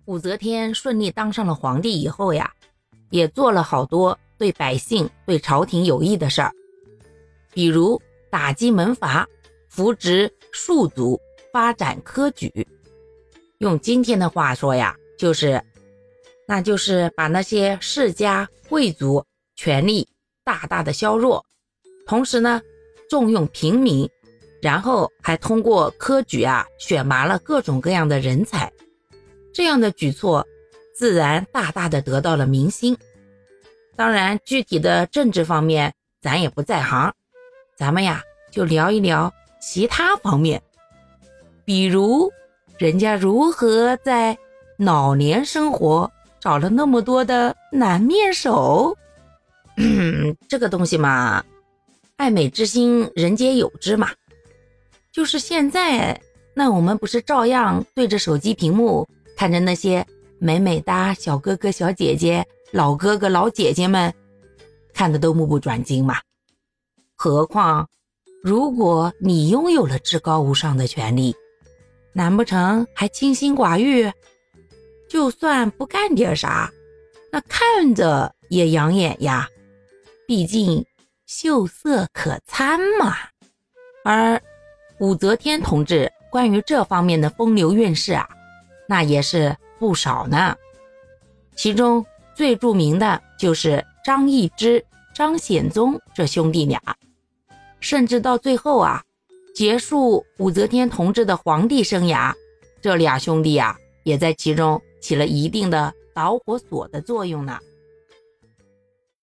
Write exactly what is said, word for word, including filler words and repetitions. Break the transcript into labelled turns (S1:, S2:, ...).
S1: 武则天顺利当上了皇帝以后呀，也做了好多对百姓对朝廷有益的事儿，比如打击门阀，扶植庶族，发展科举。用今天的话说呀，就是那就是把那些世家贵族权力大大的削弱，同时呢重用平民，然后还通过科举啊选拔了各种各样的人才。这样的举措自然大大的得到了民心。当然具体的政治方面咱也不在行，咱们呀就聊一聊其他方面，比如人家如何在老年生活找了那么多的男面首。这个东西嘛，爱美之心人皆有之嘛。就是现在，那我们不是照样对着手机屏幕看着那些美美哒小哥哥小姐姐老哥哥老姐姐们，看得都目不转睛嘛。何况如果你拥有了至高无上的权利，难不成还清心寡欲？就算不干点啥，那看着也养眼呀，毕竟秀色可餐嘛。而武则天同志关于这方面的风流韵事啊，那也是不少呢。其中最著名的就是张易之、张显宗这兄弟俩，甚至到最后啊，结束武则天同志的皇帝生涯，这俩兄弟啊，也在其中起了一定的导火索的作用呢。